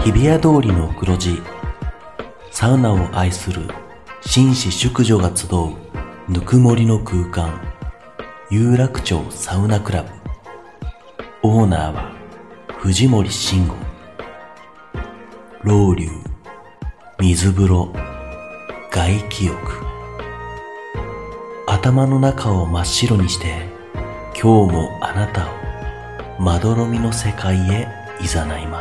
日比谷通りの黒字、サウナを愛する紳士淑女が集うぬくもりの空間、有楽町サウナクラブ。オーナーは藤森慎吾。ロウリュ、水風呂、外気浴。頭の中を真っ白にして、今日もあなたをまどろみの世界へ誘います。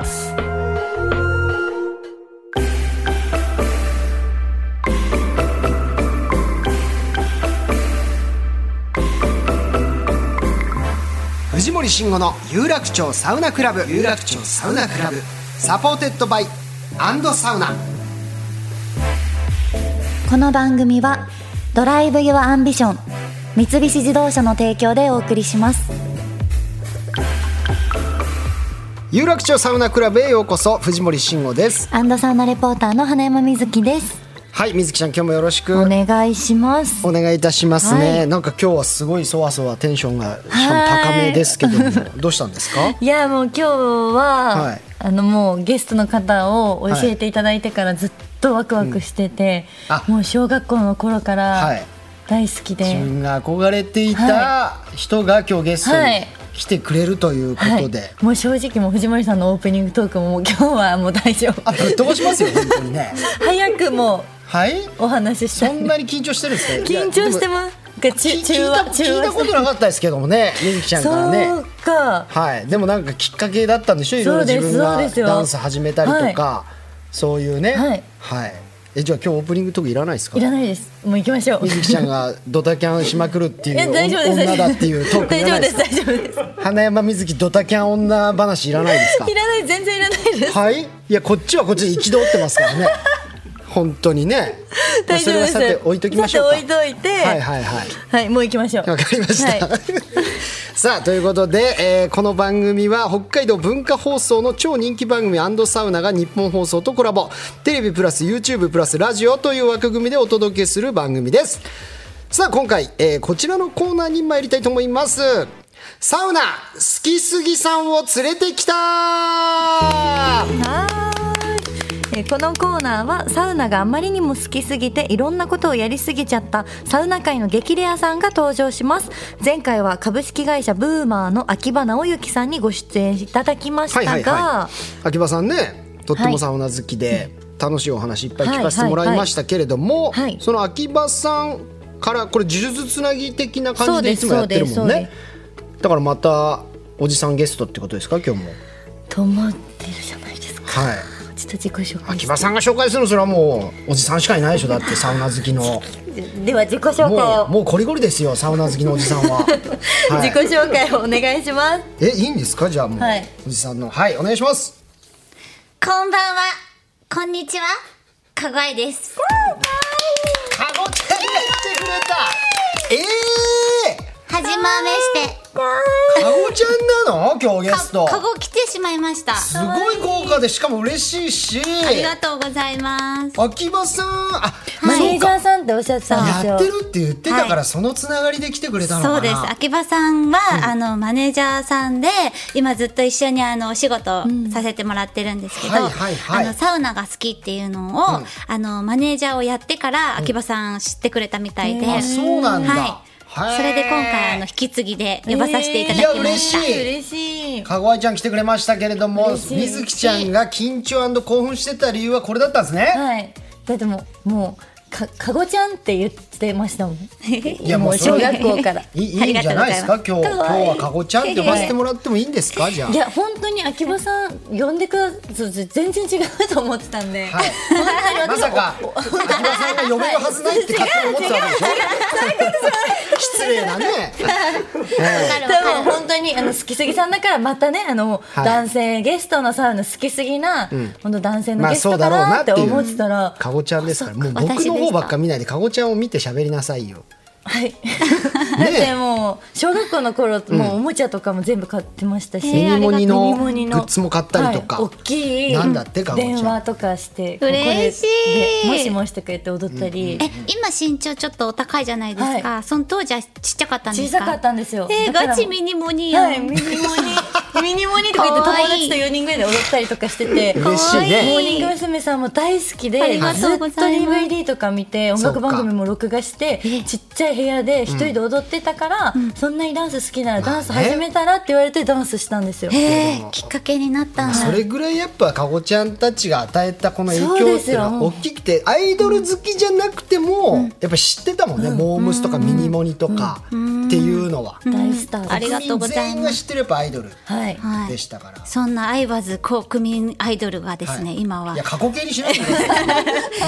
藤森慎吾の有楽町サウナクラブ、有楽町サウナクラブ、サポーテッドバイアンドサウナ。 この番組はドライブ・ユア・アンビション三菱自動車の提供でお送りします。 有楽町サウナクラブへようこそ。藤森慎吾です。 アンドサウナレポーターの花山瑞希です。 はい、水木ちゃん今日もよろしくお願いします。 お願いいたしますね、 はい、 なんか今日はすごいそわそわテンションがしかも高めですけどもどうしたんですか？ いやもう今日は、はい、もうゲストの方を教えていただいてからずっとワクワクしてて、もう小学校の頃から大好きで、 自分が憧れていた人が今日ゲストに来てくれるということで、 もう正直もう藤森さんのオープニングトークも今日はもう大丈夫。 ぶっ飛ばしますよ本当にね早くもお話ししたい。 そんなに緊張してるんですか？ 緊張してます。 聞いたことなかったですけどもね、みずきちゃんからね。 そうか、 はい、でもなんかきっかけだったんでしょ、いろいろ自分がダンス始めたりとか、そういうね。はい、じゃあ今日オープニングトークいらないですか？ いらないです。もう行きましょう。 みずきちゃんがドタキャンしまくるっていう女だっていうトークいらないですか？ 大丈夫です。 花山みずきドタキャン女話いらないですか？ いらない、全然いらないです。 はい、いやこっちはこっちで憤ってますからね本当にね。 大丈夫です。 それはさて置いときましょうか。 さて置いといて、はいもう行きましょう。 わかりました、さあということで、この番組は北海道文化放送の超人気番組&サウナが日本放送とコラボ、テレビプラス YouTube プラスラジオという枠組みでお届けする番組です。さあ今回、こちらのコーナーに参りたいと思います。サウナ好きすぎさんを連れてきた。 このコーナーはサウナがあまりにも好きすぎていろんなことをやりすぎちゃったサウナ界の激レアさんが登場します。前回は株式会社ブーマーの秋葉直之さんにご出演いただきましたが、 秋葉さんね、とってもサウナ好きで、楽しいお話いっぱい聞かせてもらいましたけれども、その秋葉さんからこれ呪術つなぎ的な感じでいつもやってるもんね。だからまたおじさんゲストってことですか今日も？ と思ってるじゃないですか。 はい、 ちょっと自己紹介。 秋葉さんが紹介するのそれはもうおじさんしかいないでしょ。だってサウナ好きのでは自己紹介を。 もうコリコリですよサウナ好きのおじさんは、 自己紹介をお願いします。 いいんですか？じゃあもう、おじさんのお願いします。 こんばんは、こんにちは、かごあいです。 かごちゃんが来てくれた。 はじめまして。 かごちゃんなの今日ゲスト。 かご来てしまいました。 すごい豪華でしかも嬉しいし、 ありがとうございます。 秋葉さん、 マネージャーさんっておっしゃってたんですよ。 やってるって言ってたから、そのつながりで来てくれたのかな。 そうです。秋葉さんは、マネージャーさんで今ずっと一緒にお仕事させてもらってるんですけど、サウナが好きっていうのを、マネージャーをやってから秋葉さん知ってくれたみたいで、 そうなんだ。 それで今回引き継ぎで呼ばさせていただきました。 嬉しい。 かごあいちゃん来てくれましたけれども、みずきちゃんが緊張&興奮してた理由はこれだったんですね。 はい。だってもうかごちゃんって言ってましたもん。 いやもう小学校からいいんじゃないですか。今日はかごちゃんって呼ばせてもらってもいいんですか？じゃあ。 いや本当に秋葉さん呼んでください。全然違うと思ってたんで、 まさか秋葉さんが呼べるはずないって勝手に思ってたわけでしょ。失礼なね。 多分本当に好きすぎさんだからまたね男性ゲストのサウナ好きすぎな本当男性のゲストかなって思ってたら、 かごちゃんですから。もう僕の方ばっか見ないでかごちゃんを見て喋りなさいよ。 はいだってもう小学校の頃もうおもちゃとかも全部買ってましたし、 ミニモニのミニモニのグッズも買ったりとか、 はい、大きいなんだってかごちゃん電話とかして嬉しいここでもしもしとか言って踊ったり、 今身長ちょっとお高いじゃないですか、その当時はちっちゃかったんですか？ 小さかったんですよ。だからガチミニモニやん、 はい、ミニモニミニモニとか言って友達と4人ぐらいで踊ったりとかしてて嬉しいね。 モーニング娘。さんも大好きで、 ありがとうございます。 ずっと DVD とか見て音楽番組も録画してちっちゃい部屋で一人で踊ってたから、そんなにダンス好きならダンス始めたらって言われてダンスしたんですよ。 きっかけになったんだ。 それぐらいやっぱかごちゃんたちが与えたこの影響っていうのは大きくて、アイドル好きじゃなくてもやっぱ知ってたもんね、モームスとかミニモニとかっていうのは、 大スターです。 ありがとうございます。 全員が知ってるやっぱアイドルはいでしたから、 そんなアイワズ国民アイドルがですね、今はいや過去形にしないでください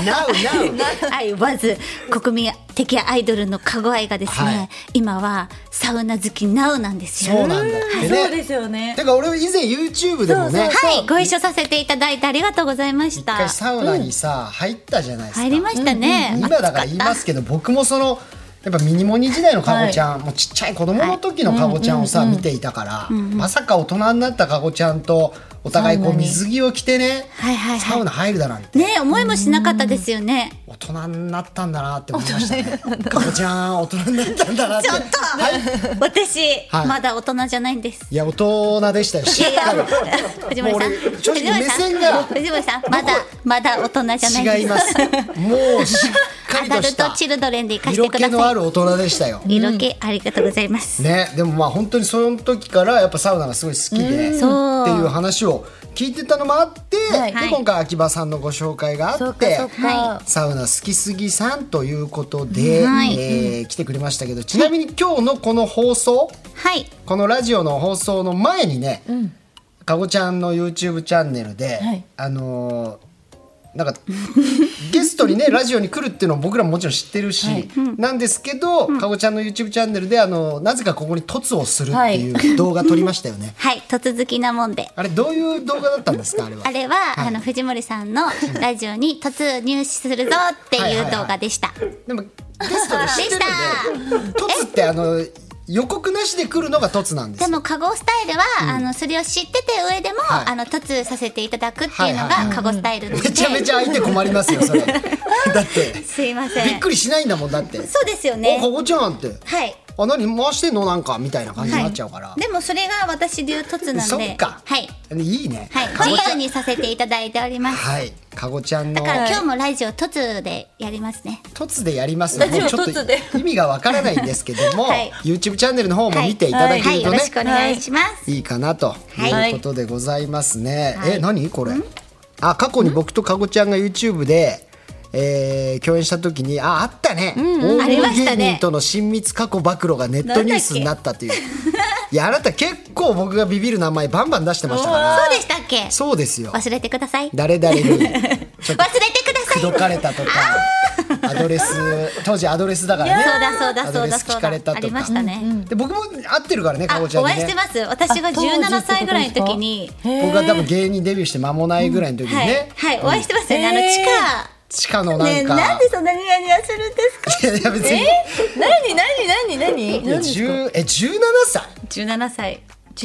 Now アイワズ国民的アイドルのかご愛がですね、 はい、 今はサウナ好きナウなんですよ。 そうなんだってね。 そうですよね。 てか俺以前 YouTube でもね、 はい、ご一緒させていただいてありがとうございまし一た。 回サウナにさ、入ったじゃないですか。 入りましたね、 今だから言いますけど、僕もそのやっぱミニモニ時代のかごちゃん、もうちっちゃい子供の時のかごちゃんをさ、見ていたから、まさか大人になったかごちゃんとお互いこう水着を着てね、サウナ入るだなんてね、思いもしなかったですよね。 大人になったんだなって思いましたね。かごちゃん大人になったんだなって。 ちょっと、私、 はいまだ大人じゃないんです。 いや大人でしたよ、しっかり。 藤森さん、 もう俺正直目線が藤森さん、まだ大人じゃないんです。 違います。もうしっかアダルりとしたトチルドレンで行かせて色気のください。 ある大人でしたよ。 色気ありがとうございます。 ね、でもまあ本当にその時からやっぱサウナがすごい好きで、っていう話を聞いてたのもあって、 はいで今回秋葉さんのご紹介があって、 そうかサウナ好きすぎさんということで、 はい来てくれましたけど、ちなみに今日のこの放送、 はい。 このラジオの放送の前にね、かごちゃんの YouTube チャンネルで、 はいなんかゲストにねラジオに来るっていうのを僕らももちろん知ってるし、なんですけど、かごちゃんの YouTube チャンネルでなぜかここに凸をするっていう動画撮りましたよね。 はい、突好きなもんで。 あれどういう動画だったんですか？あれは。 あれは、藤森さんのラジオに突入するぞっていう動画でした。 でもゲストで知ってるんで、凸って予告なしで来るのが凸なんですよ。 でも、カゴスタイルは、それを知ってて上でも、凸させていただくっていうのが、カゴスタイルなので。 めちゃめちゃ相手困りますよそれ。だってすいません。 びっくりしないんだもんだって。 そうですよね。 かごちゃんってはい。 何回してんのなんかみたいな感じになっちゃうから、 でもそれが私流凸なんで、 そっか、 はい、 いいね、 はい、自由にさせていただいております。 はい、かごちゃんのだから今日もラジオ凸でやりますね。 凸でやりますので、 ラジオちょっと凸で意味がわからないんですけども、 はい、 YouTube チャンネルの方も見ていただけるとね、 はい、よろしくお願いします。 いいかなということでございますね。 はい、 何これ、過去に僕とかごちゃんが YouTube で共演した時にあったね、大物芸人との親密過去暴露がネットニュースになったという。いやあなた結構僕がビビる名前バンバン出してましたから。 そうでしたっけ？ そうですよ。 忘れてください。 誰々にちょっと忘れてください。 口説かれたとか、アドレス当時アドレスだからね。 そうだアドレス聞かれたとかありましたね。 で僕も会ってるからね、かごちゃんにね。 お会いしてます。私が17歳ぐらいの時に、 僕が多分芸人デビューして間もないぐらいの時にね。 はい、お会いしてますよね。 地下のなんか、 ね、なんでそんなニヤニヤするんですか？ いや別に何 17歳 17歳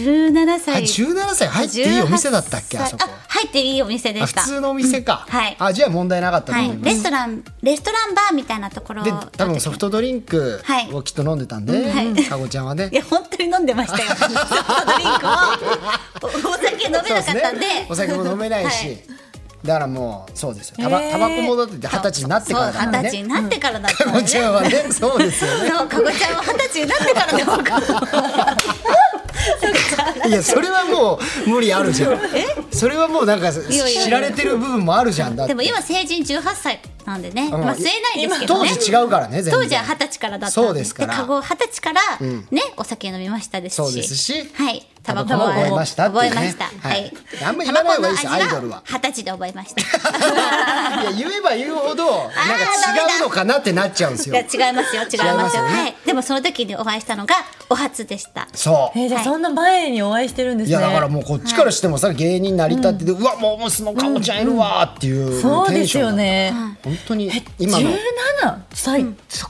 17歳 17歳入っていいお店だったっけ？あそこ入っていいお店でした。 普通のお店か、 はい。 じゃあ問題なかったと思います、 はい、レストランバーみたいなところで多分ソフトドリンクをきっと飲んでたんで、かごちゃんはね。 いや本当に飲んでましたよ。ソフトドリンクもお酒飲めなかったんで、 お酒も飲めないし、だからもうそうですよ。タバコもだって20歳になってからだからね。 20歳になってからだったかごちゃんはね、そうですよね。 そう、かごちゃんは20歳になってからだからいやそれはもう無理あるじゃん。それはもうなんか知られてる部分もあるじゃん。だってでも今成人18歳なんでね、まあ吸えないですけどね。 当時違うからね。 当時は20歳からだったんで。 そうですから。 かご20歳からね、お酒飲みましたですし。 そうですし、 はい。 タバコも覚えましたっていうね。 覚えました。はい。 あんまり言わない方がいいですよ、アイドルは。 20歳で覚えました。 いや言えば言うほどなんか違うのかなってなっちゃうんですよ。 いや違いますよ。はい。でもその時にお会いしたのがお初でした。 そう。 じゃあそんな前にお会いしてるんですね。 いやだからもうこっちからしてもさ、芸人になりたってで、うわモームスのかごちゃんいるわっていうテンションだった。 そうですよね。 本当に今の 17歳、そっか。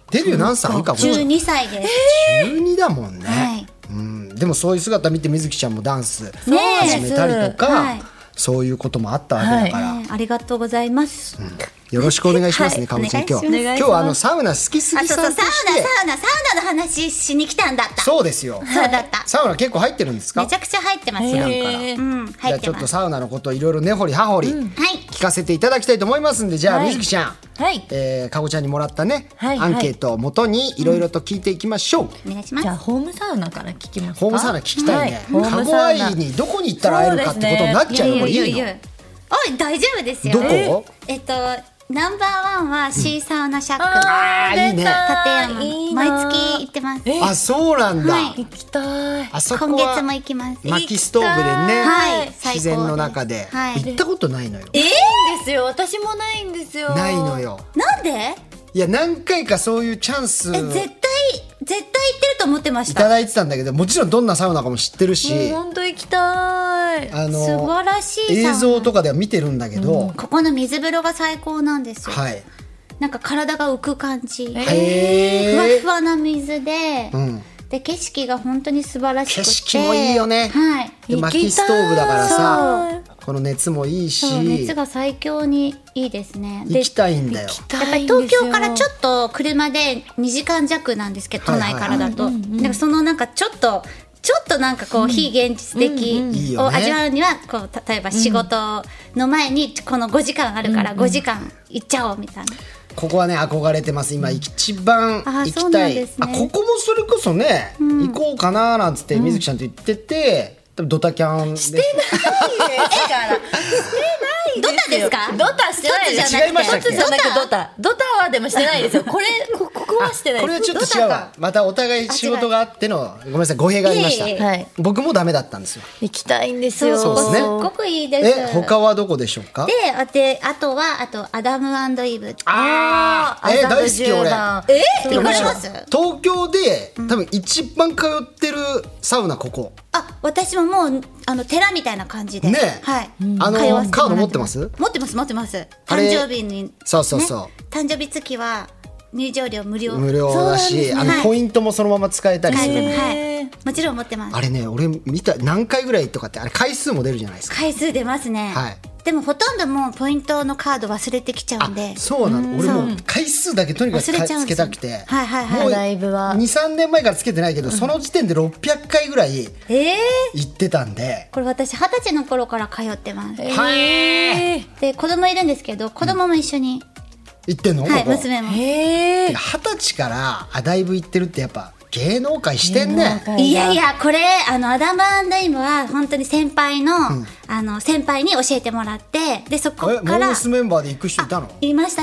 デビュー何歳か 12歳です。 12だもんね、 はい、 でもそういう姿見て水木ちゃんもダンス始めたりとか、 はい、 そういうこともあったわけだから、 ありがとうございます、 よろしくお願いしますね、かぶちゃん。今日はサウナ好きすぎさんとしてサウナの話しに来たんだった。 そうですよ。 そうだった。 サウナ結構入ってるんですか？ めちゃくちゃ入ってますよ。 普段から。 入ってます。 じゃあちょっとサウナのことをいろいろ根掘り葉掘り聞かせていただきたいと思いますんで、じゃあみずきちゃん、かごちゃんにもらったねアンケートをもとにいろいろと聞いていきましょう。 お願いします。 じゃあホームサウナから聞きますか？ ホームサウナ聞きたいね。かご愛にどこに行ったら会えるかってことになっちゃうよ。これいいの？ おい、大丈夫ですよ。 どこ？ ナンバーワンはシーサウナシャック。 いいね。 立山。毎月行ってます。 あ、そうなんだ。 行きたい。 あそこは今月も行きます。 薪ストーブでね、自然の中で行ったことないのよ。 ですよ。私もないんですよ。 ないのよ。 なんで？ いや、何回かそういうチャンス絶対行ってると思ってました。 いただいてたんだけど、もちろんどんなサウナかも知ってるし、 本当行きたい。 素晴らしい映像とかでは見てるんだけど、 ここの水風呂が最高なんですよ。 はい。 なんか体が浮く感じ。ふわふわな水で、で景色が本当に素晴らしくて。 景色もいいよね。 はい。 で薪ストーブだからさ、この熱もいいし、 熱が最強にいいですね。 行きたいんだよ。 やっぱり東京からちょっと車で2時間弱なんですけど、都内からだと、なんかそのなんかちょっとなんかこう非現実的を味わうには、こう例えば仕事の前にこの5時間あるから5時間行っちゃおうみたいな。 ここはね憧れてます。今一番行きたい。ここもそれこそね、行こうかななんつって水木ちゃんと言ってて、ドタキャンでしてないですからドタですか？ ドタしてないです。 違いましたっけ？ ドタはでもしてないですよ。ここはしてないです。 これはちょっと違うわ。またお互い仕事があってのごめんなさい、語弊がありました。僕もダメだったんですよ。 行きたいんですよ。 そうですね。 すっごくいいです。 他はどこでしょうか？ であとアダム&イブ。 大好き俺。 行かれます？ 東京で多分一番通ってるサウナここ。 私ももう寺みたいな感じで。 ね。 はい。 カード持ってます？ 持ってます。誕生日に。 そう。 誕生日付きは入場料無料だし、ポイントもそのまま使えたりする。 はい。もちろん持ってます。 あれね、俺見た何回ぐらいとかってあれ回数も出るじゃないですか。 回数出ますね。はい。でもほとんどもうポイントのカード忘れてきちゃうんで。 そうなの。俺もう回数だけとにかくつけたくて。 もうだいぶは 2、3年前からつけてないけど、その時点で600回ぐらい行ってたんで。 これ私20歳の頃から通ってます。 で子供いるんですけど、子供も一緒に行ってんの？ はい、娘も。 20歳からだいぶ行ってるってやっぱ芸能界してんね。 いやこれアダム&イブは本当に先輩の、先輩に教えてもらって、でそこからモームスメンバーで行く人いたの？ いました。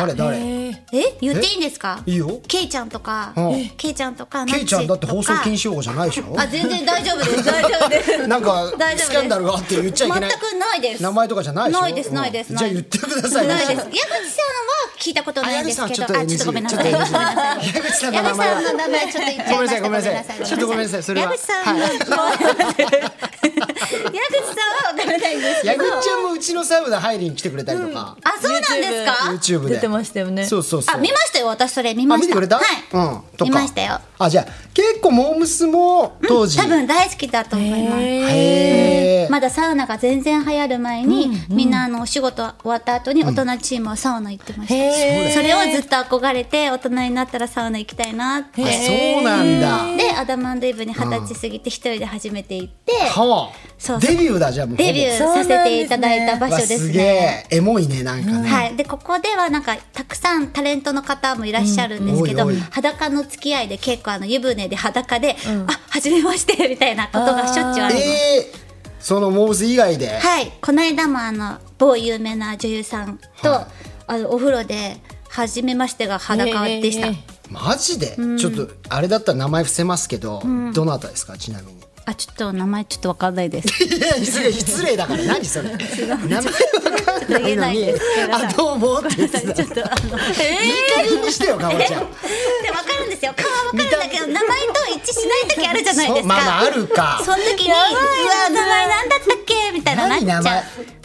誰？ 言っていいんですか？ いいよ。 ケイちゃんとかケイちゃんだって放送禁止用語じゃないでしょ？ 全然大丈夫です。 なんかスキャンダルがあって言っちゃいけない。 全くないです。 名前とかじゃないでしょ？ ないです。 じゃあ言ってください。 ないです。矢口さんは聞いたことないんですけど、ちょっとごめんなさい。 矢口さんの名前は。 ちょっと言っちゃいました。 ごめんなさい。ちょっとごめんなさい。それは。 矢口さんはわからないんですけど。 矢口ちゃんもうちのサウナ入りに来てくれたりとか。 そうなんですか？ YouTube で出てましたよね。 そう。 見ましたよ。私それ見ました。 見てくれた？ はい。見ましたよ。 じゃあ結構モームスも当時多分大好きだと思います。まだサウナが全然流行る前に、みんなお仕事終わった後に大人チームはサウナ行ってました。それをずっと憧れて、大人になったらサウナ行きたいなって。 そうなんだ。 でアダム&イブに20歳過ぎて一人で初めて行って、 デビューだ。じゃあもうデビューさせていただいた場所ですね。 すげえエモいね、なんかね。 はい。でここではなんかたくさんタレントの方もいらっしゃるんですけど、裸の付き合いで結構湯船で裸で、初めましてみたいなことがしょっちゅうあります。 そのモームス以外で。 はい。この間も某有名な女優さんと、お風呂で初めましてが裸でした。 マジで？ちょっとあれだったら名前伏せますけど、どなたですか、ちなみに？ ちょっと名前ちょっとわかんないです。 いや失礼だから。何それ？名前わかんないのにどうもって言ってた。ちょっといい加減にしてよ、かおちゃん。 でわかるんですよ。顔はわかるんだけど名前と一致しない時あるじゃないですか。 まああるか。 その時に名前なんだったっけみたいななっちゃう。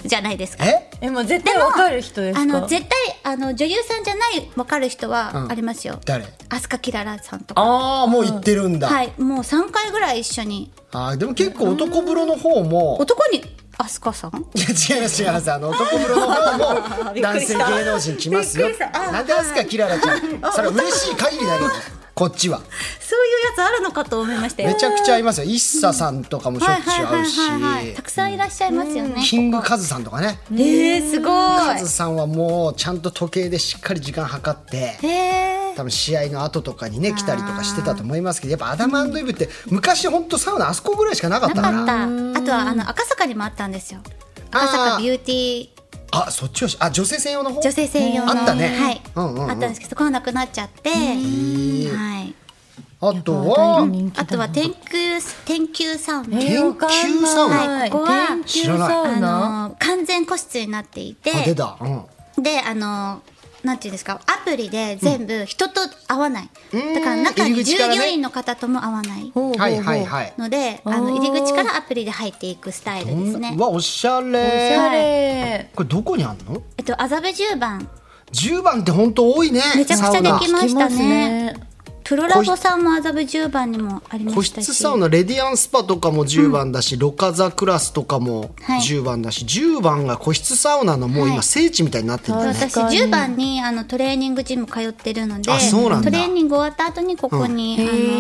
じゃないですか。 もう絶対わかる人ですか？ 絶対女優さんじゃないわかる人はありますよ。 誰？ 飛鳥キララさんとか。 ああ、もう行ってるんだ。 はい、もう3回ぐらい一緒に。 でも結構男風呂の方も男に飛鳥さん？ いや違います違います。男風呂の方も男性芸能人来ますよ。なんで飛鳥キララちゃん、それは嬉しい限りだよ。こっちはそういうやつあるのかと思いましたよ。 めちゃくちゃいますよ。一茶さんとかもしょっちゅう会うし、 たくさんいらっしゃいますよね。 キングカズさんとかね。 すごい。 カズさんはもうちゃんと時計でしっかり時間計って多分試合の後とかにね来たりとかしてたと思いますけど、やっぱアダム&イブって昔本当サウナあそこぐらいしかなかったから。 あとは赤坂にもあったんですよ。赤坂ビューティー。 そっちは女性専用の方。 女性専用のあったね。 はい、あったんですけどそこはなくなっちゃって、はい。 あとは天球サウナ。 天球サウナ。 はい、ここは知らない。 完全個室になっていて、 出た。 でなんていうんですか、アプリで全部人と会わない、だから中に従業員の方とも会わないので、入り口からアプリで入っていくスタイルですね。 わ、おしゃれ。これどこにあんの？ 麻布10番。 10番って本当多いね。 めちゃくちゃできましたね。プロラボさんも麻布10番にもありましたし、 個室サウナレディアンスパとかも10番だし、ロカザクラスとかも10番だし、10番が個室サウナのもう今聖地みたいになってるんだね。 私10番にトレーニングジム通ってるので、トレーニング終わった後にここに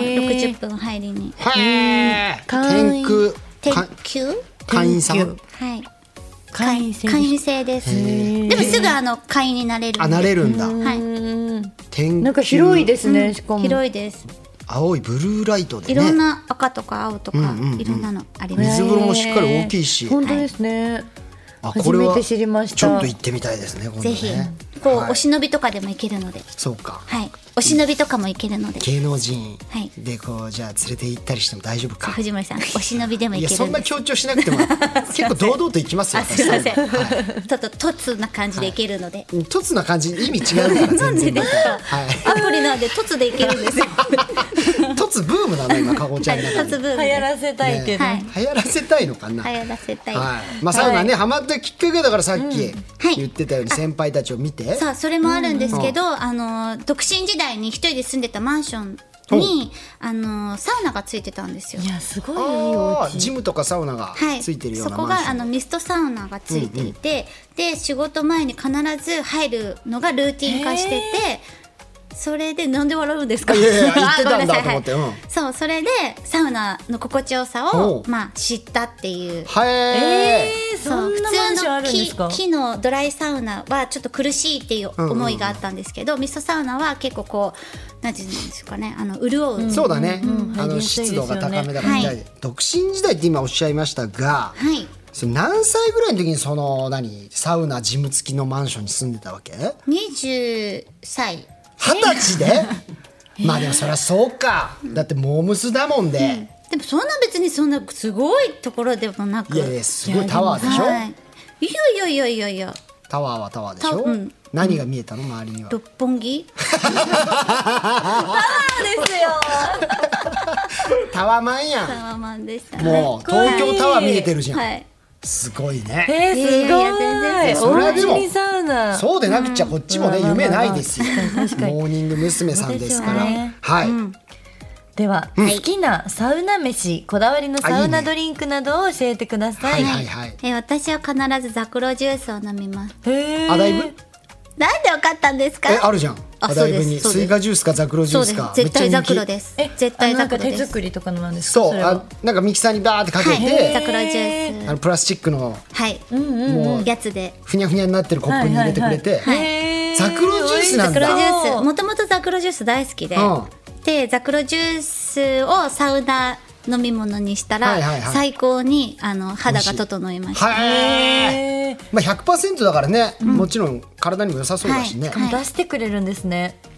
60分入りに。 天球会員さん。 はい。会員制です。でもすぐ会員になれる。 なれるんだ。 はい。 なんか広いですね。しかも広いです。 青いブルーライトでね。 いろんな赤とか青とかいろんなのあります。 水風呂もしっかり大きいし。 本当ですね。 これは初めて知りました。 ちょっと行ってみたいですね。 ぜひお忍びとかでも行けるので。 そうか。 はい。お忍びとかも行けるので。 芸能人でじゃあ連れて行ったりしても大丈夫か。 藤森さん、お忍びでも行けるんです。 いやそんな強調しなくても結構堂々と行きますよ。 すいません。ちょっと突な感じで行けるので。 突な感じ意味違うから全然。 アプリなんで突で行けるんですよ。 突ブームなの今かごちゃんの中で。 流行らせたいけど。 流行らせたいのかな。 流行らせたい。 サウナねハマったきっかけだからさっき言ってたように先輩たちを見て。 さあそれもあるんですけど、独身時代に一人で住んでたマンションにサウナがついてたんですよ。 いやすごいいいお家。 ジムとかサウナがついてるようなマンション。そこがミストサウナがついていて、で仕事前に必ず入るのがルーティン化してて。それでなんで笑うんですか？ いやいや言ってたんだと思って。 そうそれでサウナの心地よさを知ったっていう。 そんなマンションあるんですか？ 木のドライサウナはちょっと苦しいっていう思いがあったんですけど、ミストサウナは結構こうなんていうんですかね、潤う。 そうだね。湿度が高めだから。独身時代って今おっしゃいましたが、何歳ぐらいの時にサウナジム付きのマンションに住んでたわけ ？20歳。 20歳でまあでもそりゃそうか。だってモームスだもんで。 でもそんな別にそんなすごいところでもなく。 いやいやすごいタワーでしょ。 いやタワーはタワーでしょ。何が見えたの周りには。 六本木タワーですよ。 タワマンやん。 タワマンでした。 もう東京タワー見えてるじゃん。すごいね。 すごい。 それはでもサウナ。 そうでなくちゃこっちもね夢ないですよ。モーニング娘。さんですから。はい。 では好きなサウナ飯、こだわりのサウナドリンクなどを教えてください。 私は必ずザクロジュースを飲みます。 だいぶ？ なんでわかったんですか？ あるじゃん。だいぶにスイカジュースかザクロジュースか。 絶対ザクロです。絶対ザクロです。 手作りとかのなんですか？ そう、なんかミキサーにバーってかけて、 ザクロジュース、 プラスチックのもうやつでふにゃふにゃになってるコップに入れてくれて、ザクロジュースなんだ。 ザクロジュース、もともとザクロジュース大好きで、でザクロジュースをサウナ飲み物にしたら最高に肌が整いました。 100% だからね、もちろん体にも良さそうだしね。 出してくれるんですね。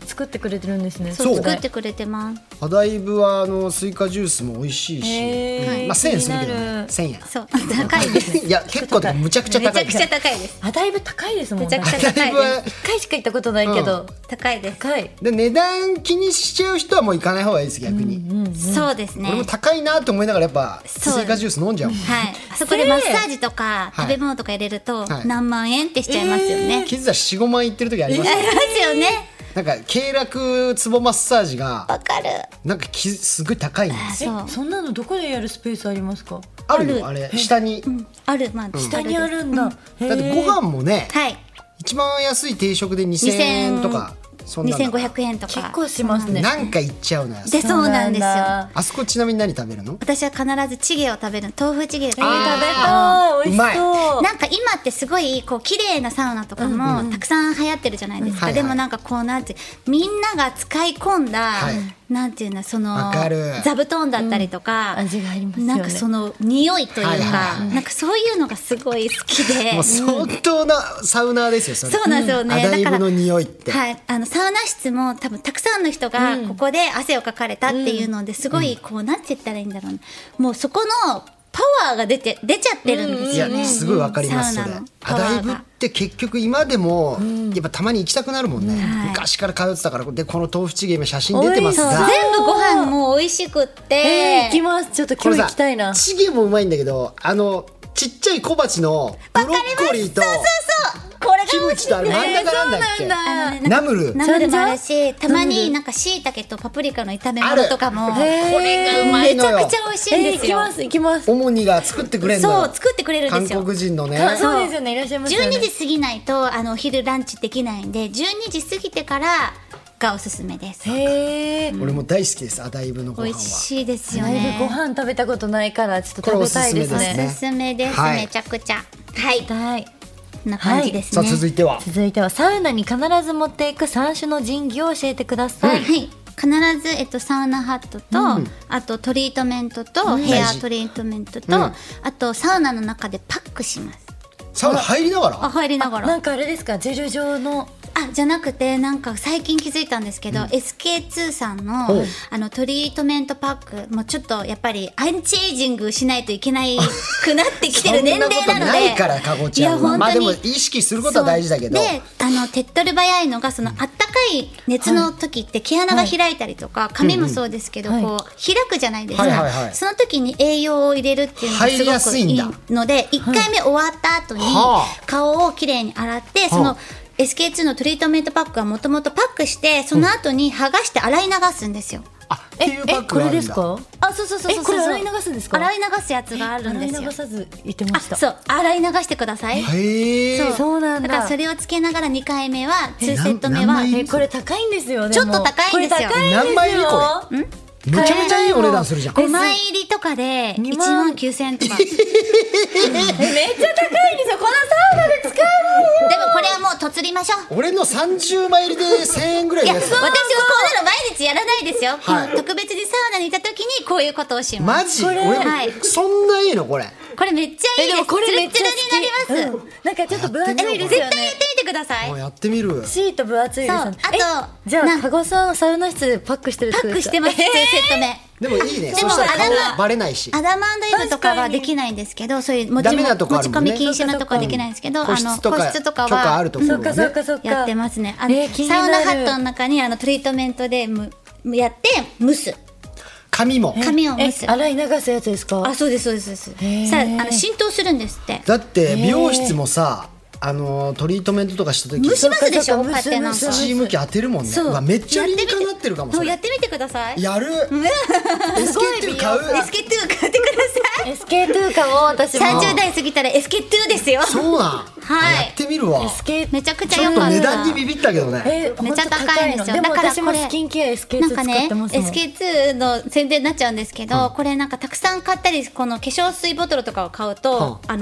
作ってくれてるんですね。 そう作ってくれてます。 アダイブはスイカジュースも美味しいし、まあ1000円するけどね、1000円。 そう高いですね。 いや結構でもむちゃくちゃ高い。 めちゃくちゃ高いです。 あ、だいぶ高いですもんね。 めちゃくちゃ高いです。 1回しか行ったことないけど、 高いです。 高い。 で値段気にしちゃう人はもう行かない方がいいです逆に。 そうですね。 俺も高いなと思いながらやっぱスイカジュース飲んじゃうもん。 はい。そこでマッサージとか食べ物とか入れると何万円ってしちゃいますよね。 キズは4、5万いってる時ありますよ。 ありますよね。 なんか経絡ツボマッサージがわかる。 なんかすごい高いんですよ。 そんなのどこでやるスペースありますか？ あるよあれ下に。 ある、まあ下にあるんだ。 だってご飯もね、一番安い定食で2000円とか。 2500円とか結構しますね。 なんかいっちゃうのよ。 で、そうなんですよ。 あそこちなみに何食べるの？ 私は必ずチゲを食べる。豆腐チゲ。 食べたい。美味しそう。 なんか今ってすごいこう綺麗なサウナとかもたくさん流行ってるじゃないですか。でもなんかこうなんてみんなが使い込んだなんていうのその座布団だったりとか、 味がありますよね。 なんかその匂いというか、なんかそういうのがすごい好きで。 もう相当なサウナーですよそれ。 そうなんですよね。 アダイブの匂いって。 はい、サウナ室も多分たくさんの人がここで汗をかかれたっていうのですごいこうなんて言ったらいいんだろうね。もうそこのパワーが出ちゃってるんですよね。 いやすごいわかりますそれ。アダイブって結局今でもやっぱたまに行きたくなるもんね。昔から通ってたからでこの豆腐チゲ今写真出てますが全部ご飯も美味しくって行きます。ちょっと今日行きたいな。 チゲもうまいんだけどちっちゃい小鉢のブロッコリーとキムチとあれ真ん中なんだっけ？ナムルもあるし、たまになんか椎茸とパプリカの炒め物とかもこれがうまいのよ。 めちゃくちゃ美味しいんですよ。 行きます。 主にが作ってくれるのよ。 そう作ってくれるんですよ。 韓国人のね。 そうですよね。いらっしゃいますよね。 12時過ぎないとお昼ランチできないんで12時過ぎてからがおすすめです。 俺も大好きですアダイブのご飯は。 美味しいですよだいね。 ぶご飯食べたことないからちょっと食べたいですね。 おすすめです。めちゃくちゃはい。 こんな感じですね。 さあ続いてはサウナに必ず持っていく3種の神器を教えてください。 はい。必ず、サウナハットと、あとトリートメントと、ヘアトリートメントと、あとサウナの中でパックします。 サウナ入りながら？ 入りながら。 なんかあれですか、ジェル状の。 じゃなくてなんか最近気づいたんですけど、SK2 さんのトリートメントパックもちょっとやっぱりアンチエイジングしないといけないくなってきてる年齢なので。 そんなことないからかごちゃんは。まあでも意識することは大事だけど。 で手っ取り早いのがそのあったかい熱の時って毛穴が開いたりとか、髪もそうですけど、こう開くじゃないですか。その時に栄養を入れるっていうのがすごくいいので、1回目終わった後に顔をきれいに洗ってそのSK2 のトリートメントパックはもともとパックしてその後に剥がして洗い流すんですよ。 っていうパックがあるんだ。 これですか？ そうこれ洗い流すんですか？ 洗い流すやつがあるんですよ。 洗い流さず言ってました。 そう洗い流してください。 そうなんだ。 だからそれをつけながら2回目は2セット目はこれ高いんですよ。 ちょっと高いんですよ。 何枚入りこれ？めちゃめちゃいいお値段するじゃん。 5枚入りとかで1万9000円とか。めっちゃ高いんですよ。このサウナで使う。でもこれはもうとつりましょう。 俺の30枚入りで1000円ぐらいのやつ。 私はこうなの毎日やらないですよ。特別にサウナにいた時にこういうことをします。 マジ？俺そんないいのこれ？ これめっちゃいいです。でもこれめっちゃ好きになります。 なんかちょっと分厚いですよね。 絶対やってみてください。 やってみる。 シート分厚いですよね。 あとじゃあ加護さんサウナ室でパックしてるってことですか？ パックしてます。2セット目。 でもいいね。そしたら顔バレないし。 アダマンドイブとかはできないんですけど、そういう持ち込み禁止なとこはできないんですけど、 個室とかはやってますね。サウナハットの中にトリートメントでやって蒸す。 髪も蒸す。 洗い流すやつですか？ そうですそうです。さあ浸透するんですって。 だって美容室もさ。トリートメントとかした時蒸しますでしょ。 スチーム機当てるもんね。めっちゃ理にかなってるかも。 やってみてください。 やる。SK2 買う。 SK2 買ってください。 SK2 買おう。私も 30代過ぎたら SK2 ですよ。 そうなん。やってみるわ。 めちゃくちゃちょっと値段にビビったけどね。 めっちゃ高いんですよ。 だから私もスキンケア SK2 使ってますもん。 SK2 の宣伝になっちゃうんですけど、これなんかたくさん買ったりこの化粧水ボトルとかを買うと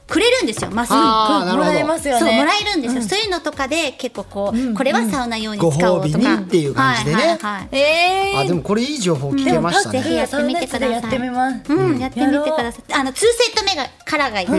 くれるんですよ、マスに。 もらえますよね。 そう、もらえるんですよ。そういうのとかで結構こう、これはサウナ用に使おうとか。 ご褒美にっていう感じでね。 はいでもこれいい情報聞けましたね。 ぜひやってみてください。 やってみます。 やってみてください。2セット目からがいいです。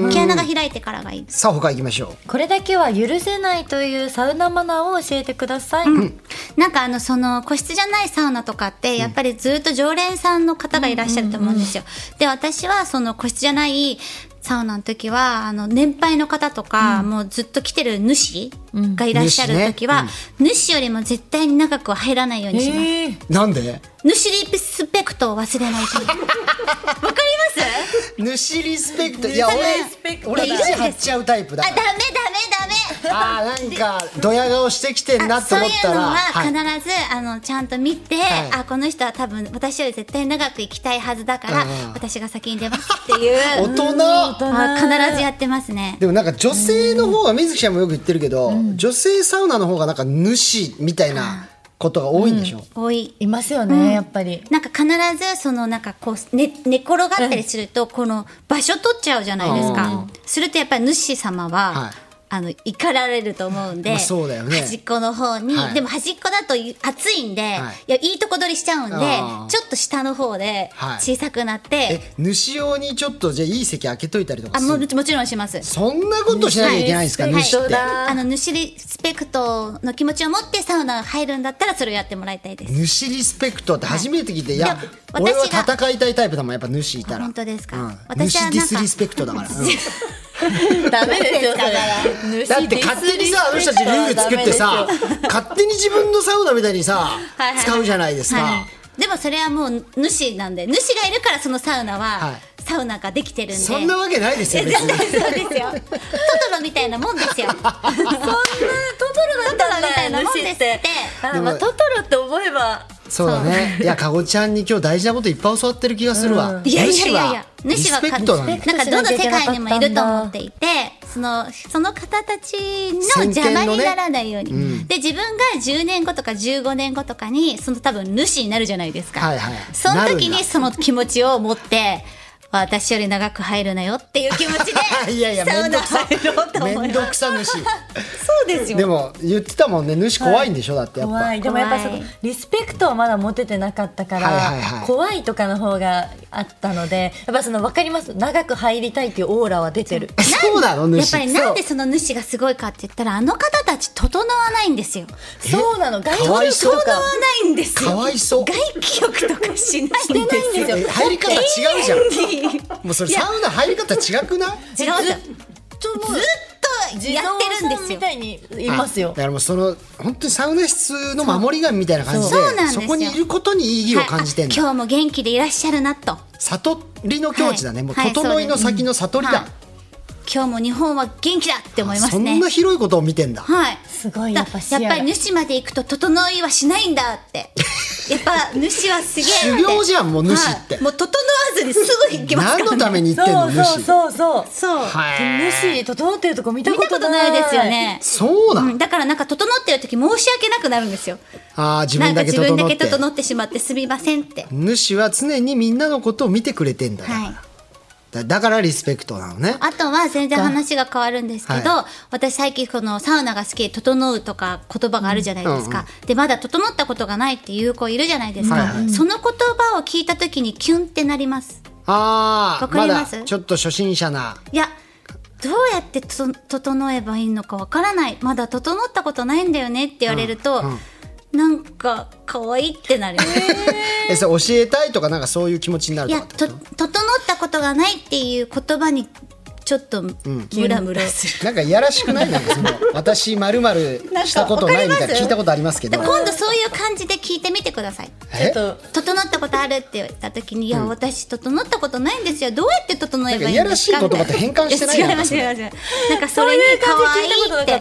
毛穴が開いてからがいいです。 さあ他行きましょう。 これだけは許せないというサウナマナーを教えてください。 なんかその個室じゃないサウナとかってやっぱりずっと常連さんの方がいらっしゃると思うんですよ。で、私はその個室じゃないサウナの時は年配の方とか、もうずっと来てる主がいらっしゃる時は、主よりも絶対に長くは入らないようにします。 なんで？ 主リスペクトを忘れないため。わかります？ 主リスペクト。いや俺意地張っちゃうタイプだ。 ダメ。 なんかドヤ顔してきてんなと思ったら、 そういうのは必ず、ちゃんと見て、この人は多分私より絶対長く生きたいはずだから、私が先に出ますっていう大人必ずやってますね。 でもなんか女性の方が水木ちゃんもよく言ってるけど、女性サウナの方がなんか主みたいなことが多いんでしょ。 多い。 いますよね、やっぱり。 なんか必ずそのなんかこう、寝転がったりすると、この場所取っちゃうじゃないですか。するとやっぱり主様は、怒られると思うんで、 そうだよね、 端っこの方に、でも端っこだと暑いんで、いいとこ取りしちゃうんで、ちょっと下の方で小さくなって、 主用にちょっとじゃあいい席開けといたりとかする？ もちろんします。 そんなことしなきゃいけないんですか、主って。 主リスペクトの気持ちを持ってサウナ入るんだったらそれをやってもらいたいです。 主リスペクトって初めて聞いて、いや俺は戦いたいタイプだもん、やっぱ主いたら。 本当ですか？ 私は主ディスリスペクトだから。 ダメですよそれ。 だって勝手にさ、あの人たちルール作ってさ、勝手に自分のサウナみたいにさ使うじゃないですか。 でもそれはもう主なんで、主がいるからそのサウナはサウナができてるんで。 そんなわけないですよ別に。 そうですよ。トトロみたいなもんですよ。そんなトトロだったんだみたいなもんですって。 トトロって思えば。 そうだね。いや、かごちゃんに今日大事なこといっぱい教わってる気がするわ。 いや主はリスペクトなんかどの世界にもいると思っていて、その方たちの邪魔にならないように。で、自分が10年後とか15年後とかにその多分主になるじゃないですか。その時にその気持ちを持って、私より長く入るなよっていう気持ちでサウナ入ろうと思います。 めんどくさ主。 そうですよ。 でも言ってたもんね、主怖いんでしょ、だってやっぱ。 怖い。でもやっぱそのリスペクトはまだ持ててなかったから、怖いとかの方があったので、やっぱその分かります。長く入りたいっていうオーラは出てる。 そうなの？主。 やっぱりなんでその主がすごいかって言ったら、あの方たち整わないんですよ。 そうなの。外気浴整わないんですよ。 かわいそう。 外気浴とかしないんですよ。 入り方違うじゃん。もうそれサウナ入り方違くない？ 違うじゃん。ずっとやってるんですよ。 みたいにいますよ。 だからもうその本当にサウナ室の守り神みたいな感じで、そこにいることに意義を感じてんだ。 今日も元気でいらっしゃるなと。 悟りの境地だね。もう整いの先の悟りだ。 今日も日本は元気だって思いますね。 そんな広いことを見てんだ。 はい。 すごい。やっぱり主まで行くと整いはしないんだって。やっぱ主はすげえ修行じゃん、もう主って。 もう整わずにすぐ行きますから。 何のために行ってんの？主。 そう。 主整ってるとこ見たことないですよね。 そうなん。 だからなんか整ってる時申し訳なくなるんですよ。 自分だけ整ってしまってすみませんって。 主は常にみんなのことを見てくれてんだ。だからリスペクトなのね。 あとは全然話が変わるんですけど、私最近このサウナが好きで整うとか言葉があるじゃないですか。で、まだ整ったことがないっていう子いるじゃないですか。その言葉を聞いた時にキュンってなります。 わかります？ まだちょっと初心者な。 いや、どうやって整えばいいのかわからない。まだ整ったことないんだよねって言われると、なんか可愛いってなる。 それ教えたいとかなんかそういう気持ちになるとかってこと？ 整ったことがないっていう言葉にちょっとムラムラする。 なんかいやらしくない？なんかその私〇〇したことないみたいな聞いたことありますけど。 今度そういう感じで聞いてみてください。整ったことあるって言った時に、いや私整ったことないんですよ。どうやって整えばいいんですか？ いやらしい言葉って変換してないやん。 違います。なんかそれに可愛いって。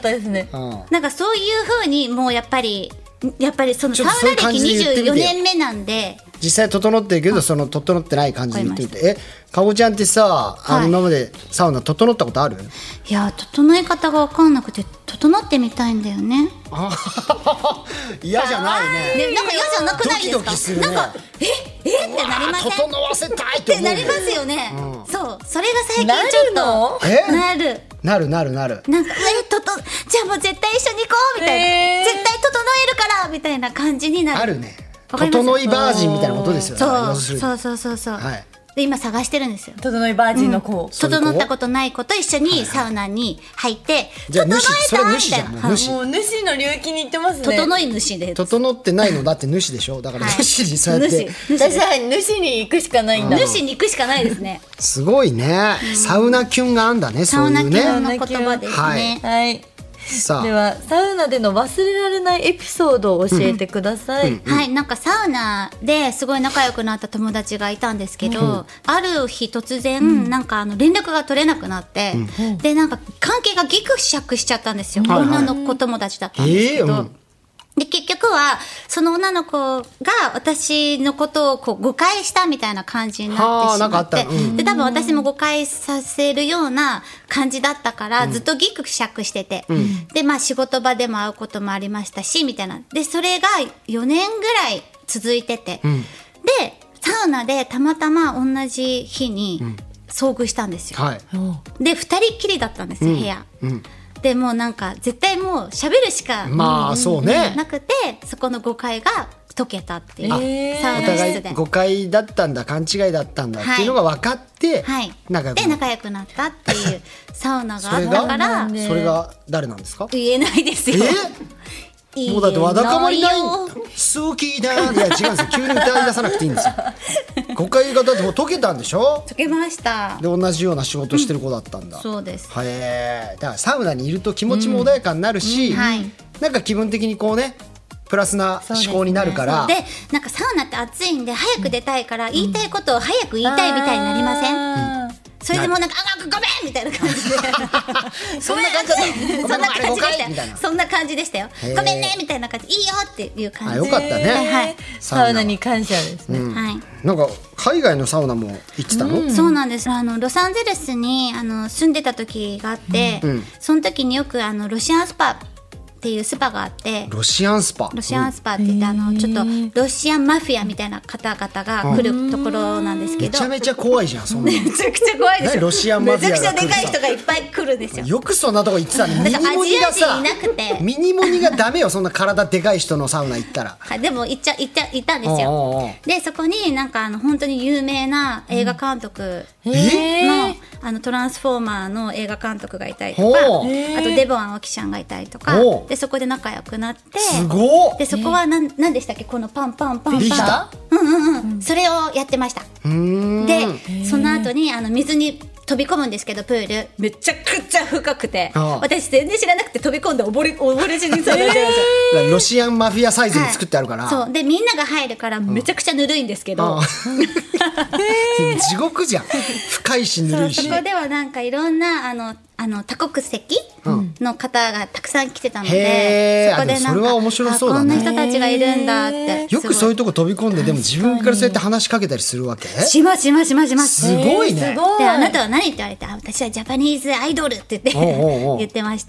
なんかそういう風にもうやっぱりそのサウナ歴24年目なんで、 実際整ってるけどその整ってない感じで言ってみて。かごちゃんってさ、今までサウナ整ったことある？ いや、整え方が分かんなくて整ってみたいんだよね。 嫌じゃないね。 なんか嫌じゃなくないですか？ ドキドキするね。 なんかってなりません？ 整わせたいってなりますよね。そそれが最近ちょっとなるなんかじゃあもう絶対一緒に行こうみたいな、絶対整えるからみたいな感じになる。 あるね。整いバージンみたいなことですよね。 そう、はい、で今探してるんですよ。 整いバージンの子、 整ったことない子と一緒にサウナに入って、 じゃあそれ主じゃん。 もう主の領域に行ってますね。 整い主で整ってないのだって主でしょ。だから主にそうやって私は主に行くしかないんだ。 主に行くしかないですね。 すごいね。サウナキュンがあんだね。そういうね。 サウナキュンの言葉ですね。 はい。ではサウナでの忘れられないエピソードを教えてください。 はい、なんかサウナですごい仲良くなった友達がいたんですけど、ある日突然なんか連絡が取れなくなって、でなんか関係がギクシャクしちゃったんですよ。女の子友達だったんですけど。で結局はその女の子が私のことをこう誤解したみたいな感じになってしまって、で多分私も誤解させるような感じだったから、ずっとギクシャクしてて、でまあ仕事場でも会うこともありましたしみたいな。でそれが4年ぐらい続いてて、でサウナでたまたま同じ日に遭遇したんですよ。で2人っきりだったんですよ、部屋。でもうなんか絶対もう喋るしかなくて、そこの誤解が解けたっていう、サウナ室でお互い誤解だったんだ、勘違いだったんだっていうのが分かって、 仲良くなったっていうサウナがあったから。 それが誰なんですか？ 言えないですよ。 もうだってわだかまりない好きだ。いや違うんですよ。急に歌い出さなくていいんですよ。誤解がだってもう解けたんでしょ？ 解けました。 で同じような仕事してる子だったんだ。 そうです。 だからサウナにいると気持ちも穏やかになるし、なんか気分的にこうねプラスな思考になるから。 でなんかサウナって暑いんで早く出たいから、言いたいことを早く言いたいみたいになりません？それでもうなんかごめんみたいな感じでそんな感じでしたよ。そんな感じでしたよ。ごめんねみたいな感じ、いいよっていう感じ。 よかったね。 サウナに感謝ですね。 なんか海外のサウナも行ってたの？ そうなんです。ロサンゼルスに住んでた時があって、その時によくロシアンスパっていうスパがあって、 ロシアンスパって言ってちょっとロシアンマフィアみたいな方々が来るところなんですけど、 めちゃめちゃ怖いじゃん。そんなめちゃくちゃ怖いですよ。 ロシアンマフィアが来るさ、 めちゃくちゃでかい人がいっぱい来るんですよ。 よくそんなとこ行ってたね。ミニモニがさ、ミニモニがダメよ。そんな体でかい人のサウナ行ったら。 でも行ったんですよ。でそこになんか本当に有名な映画監督のトランスフォーマーの映画監督がいたりとか、あとデボン青木ちゃんがいたりとかで、そこで仲良くなって、でそこは何でしたっけ、このパンパンパンパン、それをやってました。でその後に水に飛び込むんですけど、プールめちゃくちゃ深くて、私全然知らなくて飛び込んで溺れ死にされてるんですよ。 ロシアンマフィアサイズに作ってあるから、 そうでみんなが入るからめちゃくちゃぬるいんですけど、 地獄じゃん。深いしぬるいし。 そこではなんかいろんな多国籍の方がたくさん来てたので、そこでなんかそれは面白そうだね。 こんな人たちがいるんだって。 よくそういうとこ飛び込んで、でも自分からそうやって話しかけたりするわけ？ します。 すごいね。 であなたは何って言われて、私はジャパニーズアイドルって言ってました。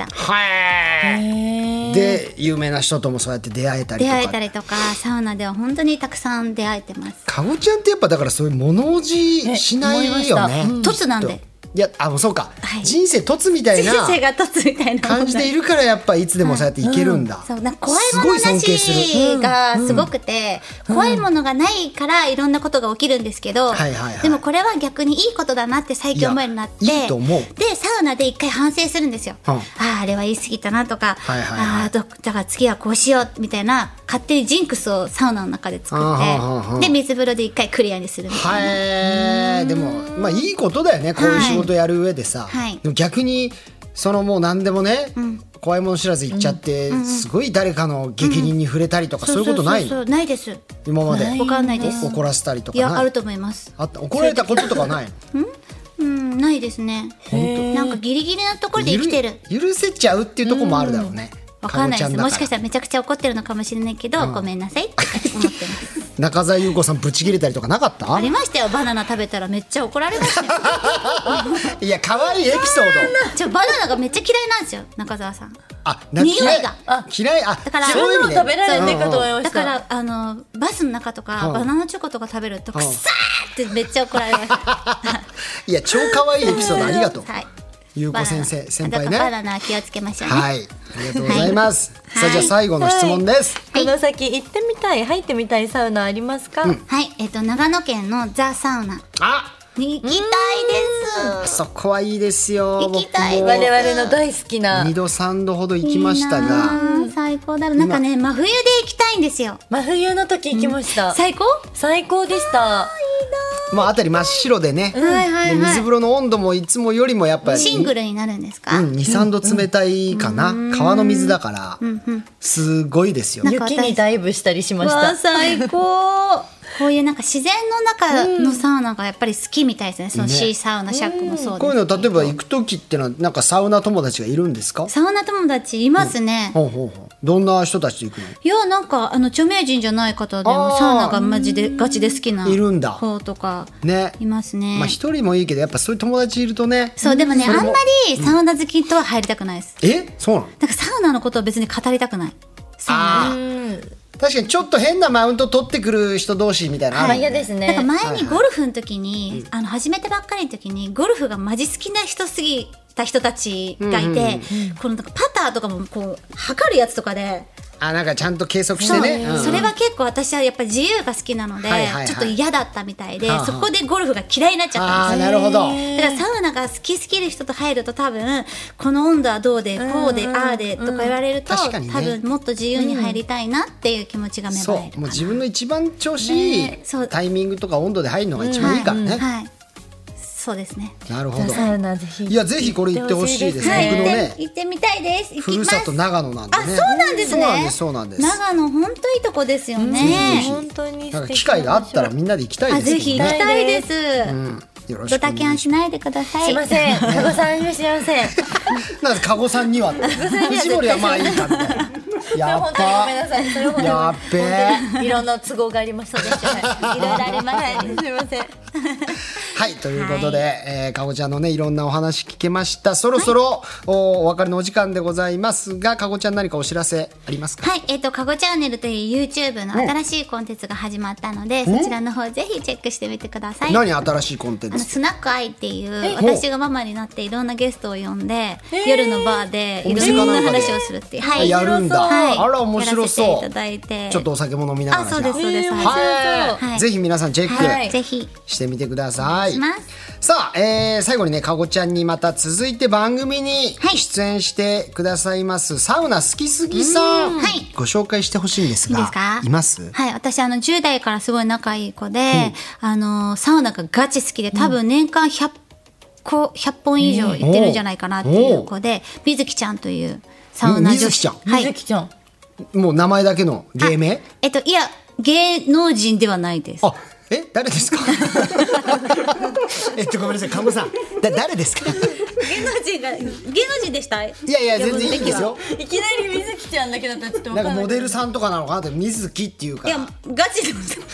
で有名な人ともそうやって出会えたりとかサウナでは本当にたくさん出会えてます。 かごちゃんってやっぱだからそういう物おじしないよね。 凸なんで。 いやもうそうか、人生凸みたいな感じでいるからやっぱいつでもそうやっていけるんだ。 そう、なんか怖いものなしがすごくて、怖いものがないからいろんなことが起きるんですけど、でもこれは逆にいいことだなって最近思えるようになって、 いいと思う。 でサウナで一回反省するんですよ。あれは言い過ぎたなとか、だから次はこうしようみたいな勝手にジンクスをサウナの中で作って、で水風呂で一回クリアにするみたいな。 でもまあいいことだよね、こういう仕事やる上でさ。でも逆にそのもう何でもね、怖いもの知らず言っちゃって、すごい誰かの激鱗に触れたないとか、そういうことないの？ ないです。 今まで分かんないです。 怒らせたりとか。 いやあると思います。 怒られたこととかないの？ないですね。なんかギリギリなところで生きてる。 許せちゃうっていうところもあるだろうね。 わかんないです。もしかしたらめちゃくちゃ怒ってるのかもしれないけど、ごめんなさいって思ってます。 中澤裕子さんブチ切れたりとかなかった？ ありましたよ。バナナ食べたらめっちゃ怒られましたよ。 いや可愛いエピソード。 バナナがめっちゃ嫌いなんですよ、中澤さん。 匂いが嫌い。だからそういうの食べられないかと思いました。 だからバスの中とかバナナチョコとか食べるとくさーってめっちゃ怒られました。 いや超可愛いエピソードありがとう、 はい、 ゆうこ先生先輩ね。 バナナ気をつけましょうね。 はい、ありがとうございます、 はいさあじゃあ最後の質問です、 この先行ってみたい、入ってみたいサウナありますか？ はい、長野県のザ・サウナあに行きたいです。 そこはいいですよ。 行きたい。 僕も我々の大好きな 2度3度ほど行きましたが、 最高だろ。なんかね、真冬で行きたいんですよ。 真冬の時行きました、 最高最高でした。 まあ辺り真っ白でね、 はいはいはいで水風呂の温度もいつもよりもやっぱりシングルになるんですか？ 2、3度冷たいかな、川の水だから、すごいですよ。 雪にダイブしたりしましわあた。 最高。こういうなんか自然の中のサウナがやっぱり好きみたいですね。そのシーサウナ、シャックもそうです。 こういうの例えば行く時ってのはなんかサウナ友達がいるんですか？ サウナ友達いますね。 ほうほうほう。どんな人たちと行くの？ いやなんか著名人じゃない方でもサウナがマジでガチで好きないるんだ子とかね、 いますね。 まあ一人もいいけどやっぱそういう友達いるとね。 そうでもねそれあんまりサウナ好きとは入りたくないです。 そうなの？ なんかサウナのことを別に語りたくない。サウナ確かにちょっと変なマウント取ってくる人同士みたいなのあるよね。 嫌ですね。 なんか前にゴルフの時に、始めてばっかりの時にゴルフがマジ好きな人すぎた人たちがいて、このなんかパターとかもこう測るやつとかで。 なんかちゃんと計測してね。 それは結構私はやっぱり自由が好きなので、 はいはいはいちょっと嫌だったみたいで、 はあはあそこでゴルフが嫌いになっちゃったんですよ。 なるほど。 だからサウナが好きすぎる人と入ると多分この温度はどうでこうでああでとか言われると、 確かにね多分もっと自由に入りたいなっていう気持ちが芽生えるかな。 そう、もう自分の一番調子いいそうタイミングとか温度で入るのが一番いいからね。 はい、そうですね。 なるほど。 サウナぜひ。 いやぜひこれ行ってほしいです。 はい、 僕のね行ってみたいです。行ふるきますさと長野なんでね。 あ、そうなんですね。 そうなんですそうなんです。 長野本当いいとこですよね。 本当になんか機会があったらみんなで行きたいですけどね。 ぜひ行きたいです。 よろしくお願いします。 ドタキャンしないでください。 すいません、加護さんにはしません。 なんで加護さんには藤森はまあいいかみたいな。やっ本当にごめんなさい。それは本当にやっべえ。 いろんな都合がありましたでした。いろいろあります。はい、すみません。 はい、ということで、かごちゃんのねいろんなお話聞けました。そろそろ、お別れのお時間でございますが、かごちゃん何かお知らせありますか？ はい、かごチャンネルという YouTube の新しいコンテンツが始まったので、そちらの方ぜひチェックしてみてください。 何新しいコンテンツ？ スナックアイっていう私がママになっていろんなゲストを呼んで、夜のバーでいろんな話をするっていう、はい、 やるんだ。 はい、 あら面白そう。 やらせていただいて、 ちょっとお酒も飲みながら。 あ、そうですそうです。 はい、ぜひ皆さんチェックぜひしてみてください。 します。 さあ、最後にねかごちゃんにまた続いて番組に出演してくださいますサウナ好きすぎさん、ご紹介してほしいんですが、 いいですか？ います？ はい、私10代からすごい仲いい子で、サウナがガチ好きで多分年間100本以上行ってるんじゃないかなっていう子で、みずきちゃんというサウナ女子。 みずきちゃん。 はい。 みずきちゃん。 もう名前だけの芸名？ いや芸能人ではないです。 あ、誰ですか？ごめんなさい、かごさん。誰ですか？ 芸能人でした？ いや全然いいんですよ。 いきなりみずきちゃんだけだったらちょっと分かんない。 なんかモデルさんとかなのかなって、みずきっていうか。 いやガチ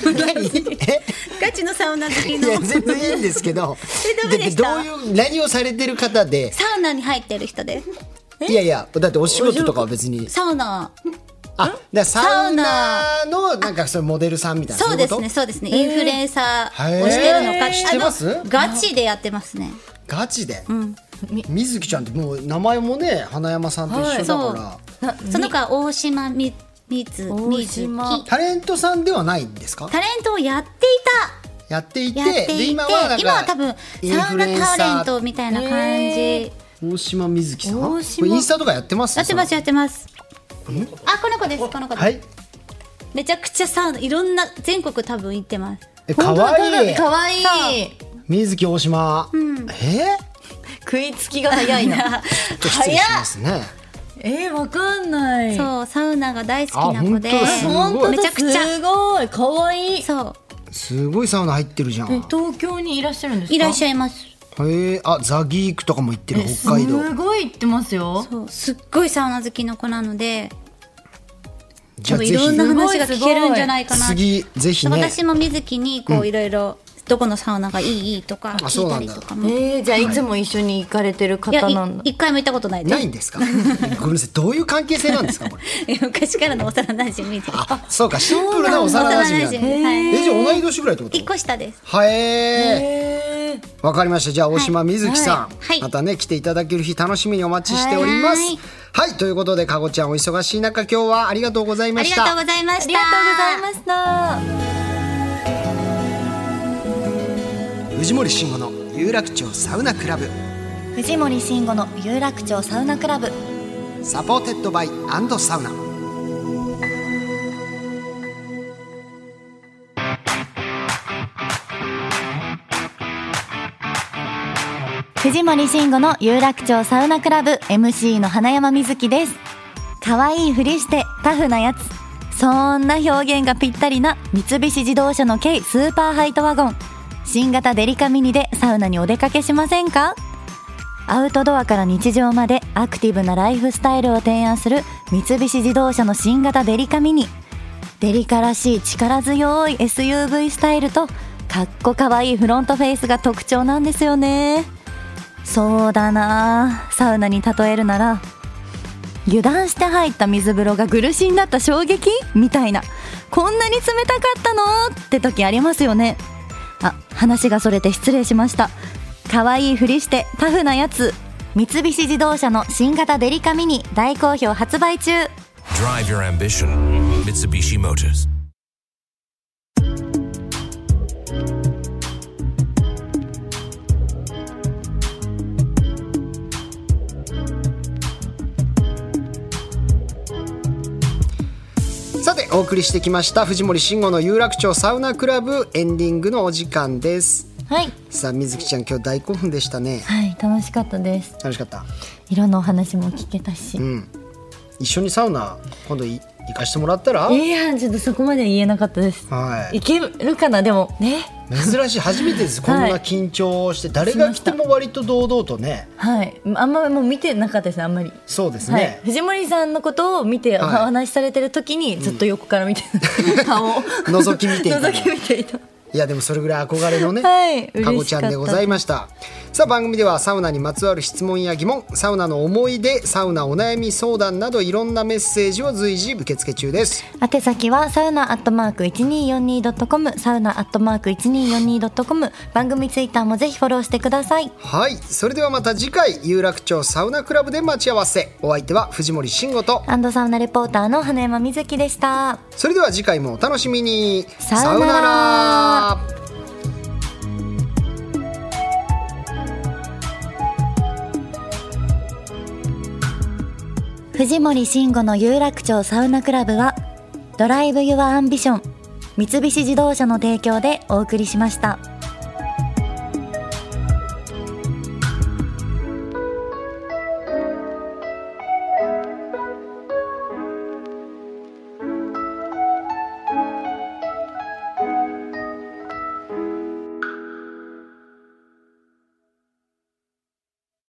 のサウナ好きの。 いや全然いいんですけど。どういう何をされてる方で？ サウナに入ってる人です。 いやだってお仕事とかは別に。 サウナ。 サウナのなんかそういうモデルさんみたいな。 そうですねそうですね。インフルエンサーをしてるのか。 知ってます？ ガチでやってますね。 ガチで。みずきちゃんってもう名前もね花山さんと一緒だから。 その子は大島みずき。 タレントさんではないんですか？ タレントをやっていて、で今は多分サウナタレントみたいな感じ。 大島みずきさん。これインスタとかやってます？ やってます。あ、この子です。 はい。 めちゃくちゃサウナいろんな全国多分行ってます。 かわいい。 かわいい。 みずき大島。 食いつきが早いな。 失礼しますね。 わかんない。 そう、サウナが大好きな子で、 めちゃくちゃすごいかわいい。 そう。 すごいサウナ入ってるじゃん。 東京にいらっしゃるんですか？ いらっしゃいます。 ザギークとかも行ってる北海道。 すごい行ってますよ。 そう、すっごいサウナ好きの子なので、 じゃあいろんな話が聞けるんじゃないかな。 次ぜひね。 私も水木にこういろいろどこのサウナがいいとか聞いたりとかも。 じゃあいつも一緒に行かれてる方なんだ。 一回も行ったことないです。 ないんですか？ごめんなさい、どういう関係性なんですかこれ？ 昔からの幼馴染み。 あ、そうか、シンプルな幼馴染なんだ。じゃあ同い年ぐらいってこと？ 一個下です。 わかりました。じゃあ大島みずきさん、 はいまたね来ていただける日楽しみにお待ちしております。はい、ということでかごちゃんお忙しい中今日はありがとうございました。 ありがとうございました。 ありがとうございました。 藤森慎吾の有楽町サウナクラブ、 藤森慎吾の有楽町サウナクラブ、 サポーテッドバイアンドサウナ。 藤森慎吾の有楽町サウナクラブ MC の花山瑞希です。可愛いふりしてタフなやつ、そんな表現がぴったりな三菱自動車の軽スーパーハイトワゴン、新型デリカミニでサウナにお出かけしませんか？アウトドアから日常までアクティブなライフスタイルを提案する三菱自動車の新型デリカミニ。デリカらしい力強い SUV スタイルとかっこかわいいフロントフェイスが特徴なんですよね。そうだな、サウナに例えるなら油断して入った水風呂が苦しんだった衝撃みたいな、こんなに冷たかったのって時ありますよね。あ、話がそれて失礼しました。可愛いふりしてタフなやつ、三菱自動車の新型デリカミニ大好評発売中。 Drive your ambition. Mitsubishi Motors. さてお送りしてきました藤森慎吾の有楽町サウナクラブ、エンディングのお時間です。 はい、 さあ水木ちゃん今日大興奮でしたね。 はい、楽しかったです。 楽しかった。 いろんなお話も聞けたし、 一緒にサウナ今度行かしてもらったら。 いやちょっとそこまで言えなかったです。 はい、 行けるかな。でもね、 珍しい、初めてです、こんな緊張して誰が来ても割と堂々とね。 はい、あんまもう見てなかったです、あんまり。 そうですね、 はい、藤森さんのことを見てお話しされてる時にずっと横から見て、顔を覗き見ていた覗き見ていた。 いやでもそれぐらい憧れのね、 はい、 かごちゃんでございました。さあ番組ではサウナにまつわる質問や疑問、サウナの思い出、サウナお悩み相談などいろんなメッセージを随時受付中です。 宛先はサウナ@1242.com、サウナ@1242.com、番組ツイッターもぜひフォローしてください。 はい、それではまた次回有楽町サウナクラブで待ち合わせ。お相手は藤森慎吾とアンドサウナレポーターの花山瑞希でした。 それでは次回もお楽しみに。 さよなら。藤森慎吾の有楽町サウナクラブはドライブ・ユア・アンビション三菱自動車の提供でお送りしました。